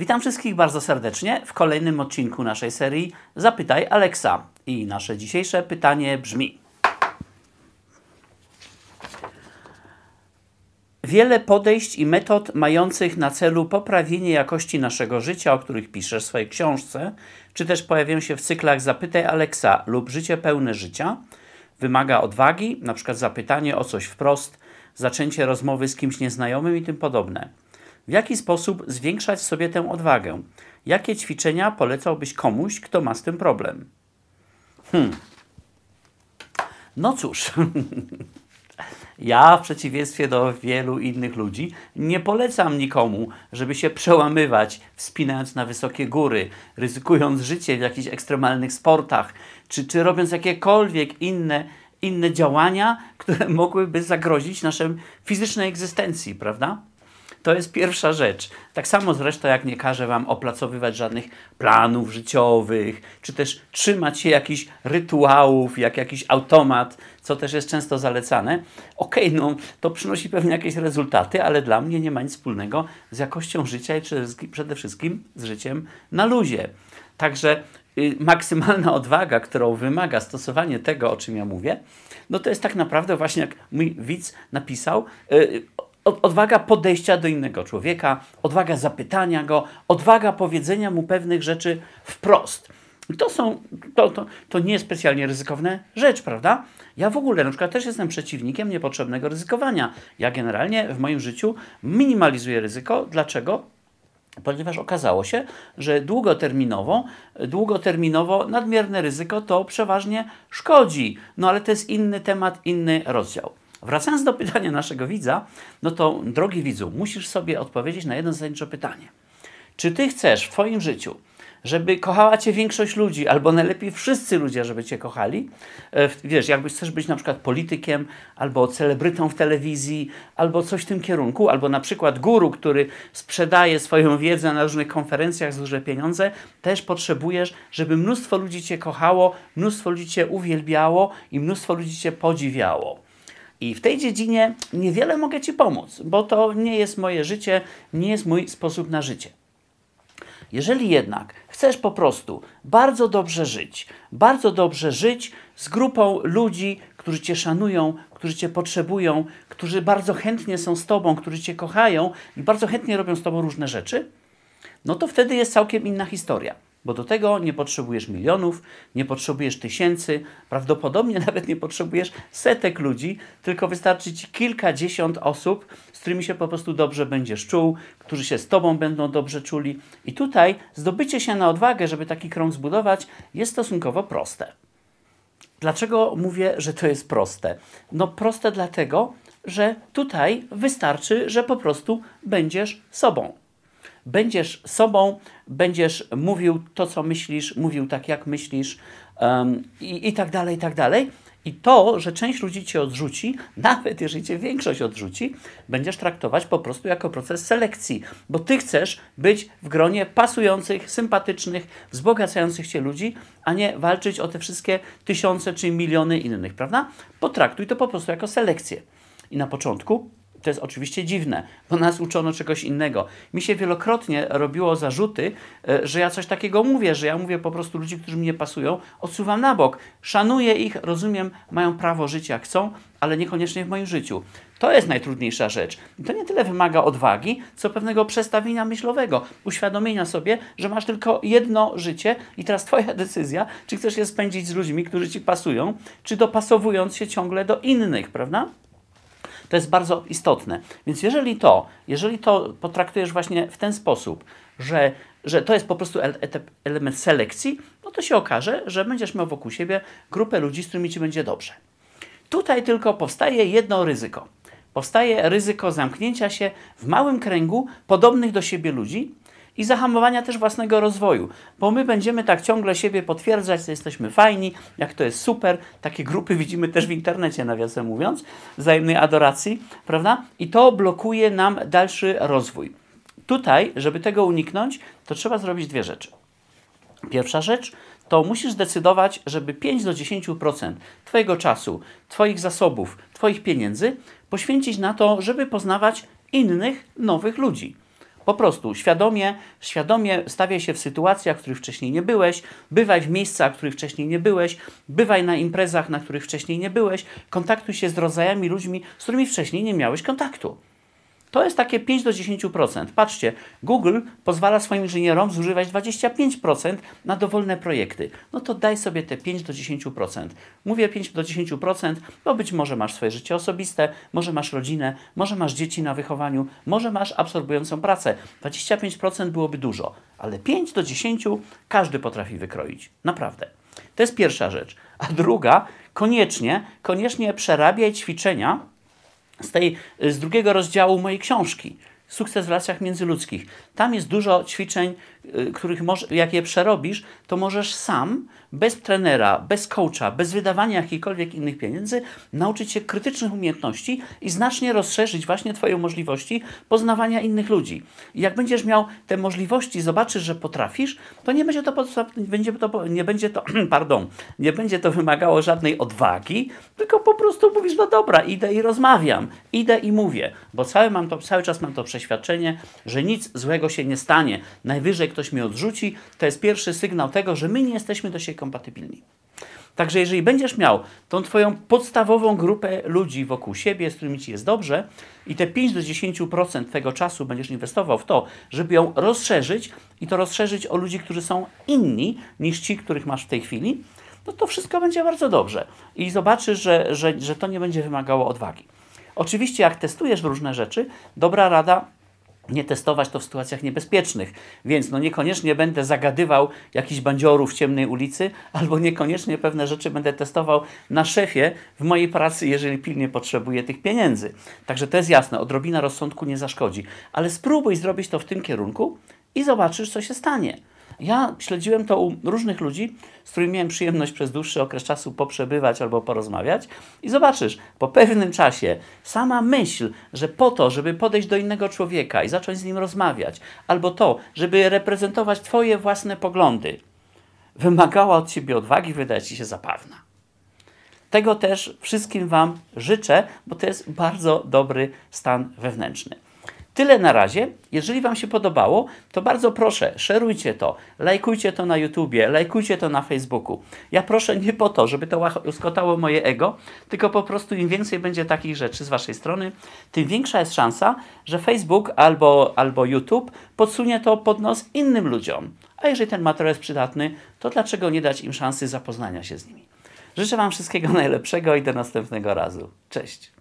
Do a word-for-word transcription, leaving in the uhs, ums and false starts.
Witam wszystkich bardzo serdecznie w kolejnym odcinku naszej serii Zapytaj Alexa. I nasze dzisiejsze pytanie brzmi: wiele podejść i metod mających na celu poprawienie jakości naszego życia, o których piszesz w swojej książce, czy też pojawiają się w cyklach Zapytaj Alexa lub Życie pełne życia, wymaga odwagi, na przykład zapytanie o coś wprost, zaczęcie rozmowy z kimś nieznajomym i tym podobne. W jaki sposób zwiększać w sobie tę odwagę? Jakie ćwiczenia polecałbyś komuś, kto ma z tym problem? Hmm. No cóż, ja w przeciwieństwie do wielu innych ludzi nie polecam nikomu, żeby się przełamywać, wspinając na wysokie góry, ryzykując życie w jakichś ekstremalnych sportach, czy, czy robiąc jakiekolwiek inne, inne działania, które mogłyby zagrozić naszej fizycznej egzystencji, prawda? To jest pierwsza rzecz. Tak samo zresztą jak nie każę Wam opracowywać żadnych planów życiowych, czy też trzymać się jakichś rytuałów, jak jakiś automat, co też jest często zalecane. Okej, okay, no to przynosi pewnie jakieś rezultaty, ale dla mnie nie ma nic wspólnego z jakością życia i przede wszystkim z życiem na luzie. Także y, maksymalna odwaga, którą wymaga stosowanie tego, o czym ja mówię, no to jest tak naprawdę właśnie, jak mój widz napisał, y, odwaga podejścia do innego człowieka, odwaga zapytania go, odwaga powiedzenia mu pewnych rzeczy wprost. To, są, to, to, to nie jest specjalnie ryzykowna rzecz, prawda? Ja w ogóle na przykład też jestem przeciwnikiem niepotrzebnego ryzykowania. Ja generalnie w moim życiu minimalizuję ryzyko. Dlaczego? Ponieważ okazało się, że długoterminowo, długoterminowo nadmierne ryzyko to przeważnie szkodzi. No ale to jest inny temat, inny rozdział. Wracając do pytania naszego widza, no to drogi widzu, musisz sobie odpowiedzieć na jedno zasadnicze pytanie. Czy ty chcesz w twoim życiu, żeby kochała cię większość ludzi, albo najlepiej wszyscy ludzie, żeby cię kochali? Wiesz, jakby chcesz być na przykład politykiem, albo celebrytą w telewizji, albo coś w tym kierunku, albo na przykład guru, który sprzedaje swoją wiedzę na różnych konferencjach za duże pieniądze, też potrzebujesz, żeby mnóstwo ludzi cię kochało, mnóstwo ludzi cię uwielbiało i mnóstwo ludzi cię podziwiało. I w tej dziedzinie niewiele mogę Ci pomóc, bo to nie jest moje życie, nie jest mój sposób na życie. Jeżeli jednak chcesz po prostu bardzo dobrze żyć, bardzo dobrze żyć z grupą ludzi, którzy Cię szanują, którzy Cię potrzebują, którzy bardzo chętnie są z Tobą, którzy Cię kochają i bardzo chętnie robią z Tobą różne rzeczy, no to wtedy jest całkiem inna historia. Bo do tego nie potrzebujesz milionów, nie potrzebujesz tysięcy, prawdopodobnie nawet nie potrzebujesz setek ludzi, tylko wystarczy Ci kilkadziesiąt osób, z którymi się po prostu dobrze będziesz czuł, którzy się z Tobą będą dobrze czuli. I tutaj zdobycie się na odwagę, żeby taki krąg zbudować, jest stosunkowo proste. Dlaczego mówię, że to jest proste? No proste dlatego, że tutaj wystarczy, że po prostu będziesz sobą. Będziesz sobą, będziesz mówił to, co myślisz, mówił tak, jak myślisz um, i, i tak dalej, i tak dalej. I to, że część ludzi Cię odrzuci, nawet jeżeli Cię większość odrzuci, będziesz traktować po prostu jako proces selekcji, bo Ty chcesz być w gronie pasujących, sympatycznych, wzbogacających Cię ludzi, a nie walczyć o te wszystkie tysiące czy miliony innych, prawda? Potraktuj to po prostu jako selekcję. I na początku to jest oczywiście dziwne, bo nas uczono czegoś innego. Mi się wielokrotnie robiło zarzuty, że ja coś takiego mówię, że ja mówię po prostu ludzi, którzy mi nie pasują, odsuwam na bok. Szanuję ich, rozumiem, mają prawo żyć jak chcą, ale niekoniecznie w moim życiu. To jest najtrudniejsza rzecz. I to nie tyle wymaga odwagi, co pewnego przestawienia myślowego, uświadomienia sobie, że masz tylko jedno życie i teraz Twoja decyzja, czy chcesz je spędzić z ludźmi, którzy Ci pasują, czy dopasowując się ciągle do innych, prawda? To jest bardzo istotne. Więc jeżeli to, jeżeli to potraktujesz właśnie w ten sposób, że, że to jest po prostu element selekcji, no to się okaże, że będziesz miał wokół siebie grupę ludzi, z którymi Ci będzie dobrze. Tutaj tylko powstaje jedno ryzyko. Powstaje ryzyko zamknięcia się w małym kręgu podobnych do siebie ludzi i zahamowania też własnego rozwoju, bo my będziemy tak ciągle siebie potwierdzać, że jesteśmy fajni, jak to jest super. Takie grupy widzimy też w internecie, nawiasem mówiąc, wzajemnej adoracji, prawda? I to blokuje nam dalszy rozwój. Tutaj, żeby tego uniknąć, to trzeba zrobić dwie rzeczy. Pierwsza rzecz, to musisz zdecydować, żeby pięć do dziesięciu procent Twojego czasu, Twoich zasobów, Twoich pieniędzy poświęcić na to, żeby poznawać innych, nowych ludzi. Po prostu świadomie, świadomie stawiaj się w sytuacjach, w których wcześniej nie byłeś, bywaj w miejscach, w których wcześniej nie byłeś, bywaj na imprezach, na których wcześniej nie byłeś, kontaktuj się z rodzajami ludźmi, z którymi wcześniej nie miałeś kontaktu. To jest takie pięć do dziesięciu procent. Patrzcie, Google pozwala swoim inżynierom zużywać dwadzieścia pięć procent na dowolne projekty. No to daj sobie te pięć do dziesięciu procent. Mówię pięć do dziesięciu procent, bo być może masz swoje życie osobiste, może masz rodzinę, może masz dzieci na wychowaniu, może masz absorbującą pracę. dwadzieścia pięć procent byłoby dużo, ale pięć do dziesięciu każdy potrafi wykroić. Naprawdę. To jest pierwsza rzecz. A druga, koniecznie, koniecznie przerabiaj ćwiczenia z, tej, z drugiego rozdziału mojej książki. Sukces w relacjach międzyludzkich. Tam jest dużo ćwiczeń, których może, jak je przerobisz, to możesz sam, bez trenera, bez coacha, bez wydawania jakichkolwiek innych pieniędzy, nauczyć się krytycznych umiejętności i znacznie rozszerzyć właśnie Twoje możliwości poznawania innych ludzi. I jak będziesz miał te możliwości, zobaczysz, że potrafisz, to nie będzie to, będzie to, nie będzie to, pardon, nie będzie to wymagało żadnej odwagi, tylko po prostu mówisz, no dobra, idę i rozmawiam, idę i mówię, bo cały, mam to, cały czas mam to przeświadczenie, że nic złego się nie stanie. Najwyżej ktoś mnie odrzuci, to jest pierwszy sygnał tego, że my nie jesteśmy do siebie kompatybilni. Także jeżeli będziesz miał tą Twoją podstawową grupę ludzi wokół siebie, z którymi Ci jest dobrze i te pięć do dziesięciu procent tego czasu będziesz inwestował w to, żeby ją rozszerzyć i to rozszerzyć o ludzi, którzy są inni niż ci, których masz w tej chwili, no to wszystko będzie bardzo dobrze. I zobaczysz, że, że, że to nie będzie wymagało odwagi. Oczywiście jak testujesz różne rzeczy, dobra rada, nie testować to w sytuacjach niebezpiecznych, więc no niekoniecznie będę zagadywał jakichś bandziorów w ciemnej ulicy, albo niekoniecznie pewne rzeczy będę testował na szefie w mojej pracy, jeżeli pilnie potrzebuję tych pieniędzy. Także to jest jasne, odrobina rozsądku nie zaszkodzi, ale spróbuj zrobić to w tym kierunku i zobaczysz, co się stanie. Ja śledziłem to u różnych ludzi, z którymi miałem przyjemność przez dłuższy okres czasu poprzebywać albo porozmawiać i zobaczysz, po pewnym czasie sama myśl, że po to, żeby podejść do innego człowieka i zacząć z nim rozmawiać, albo to, żeby reprezentować Twoje własne poglądy, wymagała od Ciebie odwagi, wydaje Ci się zabawna. Tego też wszystkim Wam życzę, bo to jest bardzo dobry stan wewnętrzny. Tyle na razie. Jeżeli Wam się podobało, to bardzo proszę, szerujcie to, lajkujcie to na YouTubie, lajkujcie to na Facebooku. Ja proszę nie po to, żeby to łaskotało moje ego, tylko po prostu im więcej będzie takich rzeczy z Waszej strony, tym większa jest szansa, że Facebook albo, albo YouTube podsunie to pod nos innym ludziom. A jeżeli ten materiał jest przydatny, to dlaczego nie dać im szansy zapoznania się z nimi? Życzę Wam wszystkiego najlepszego i do następnego razu. Cześć!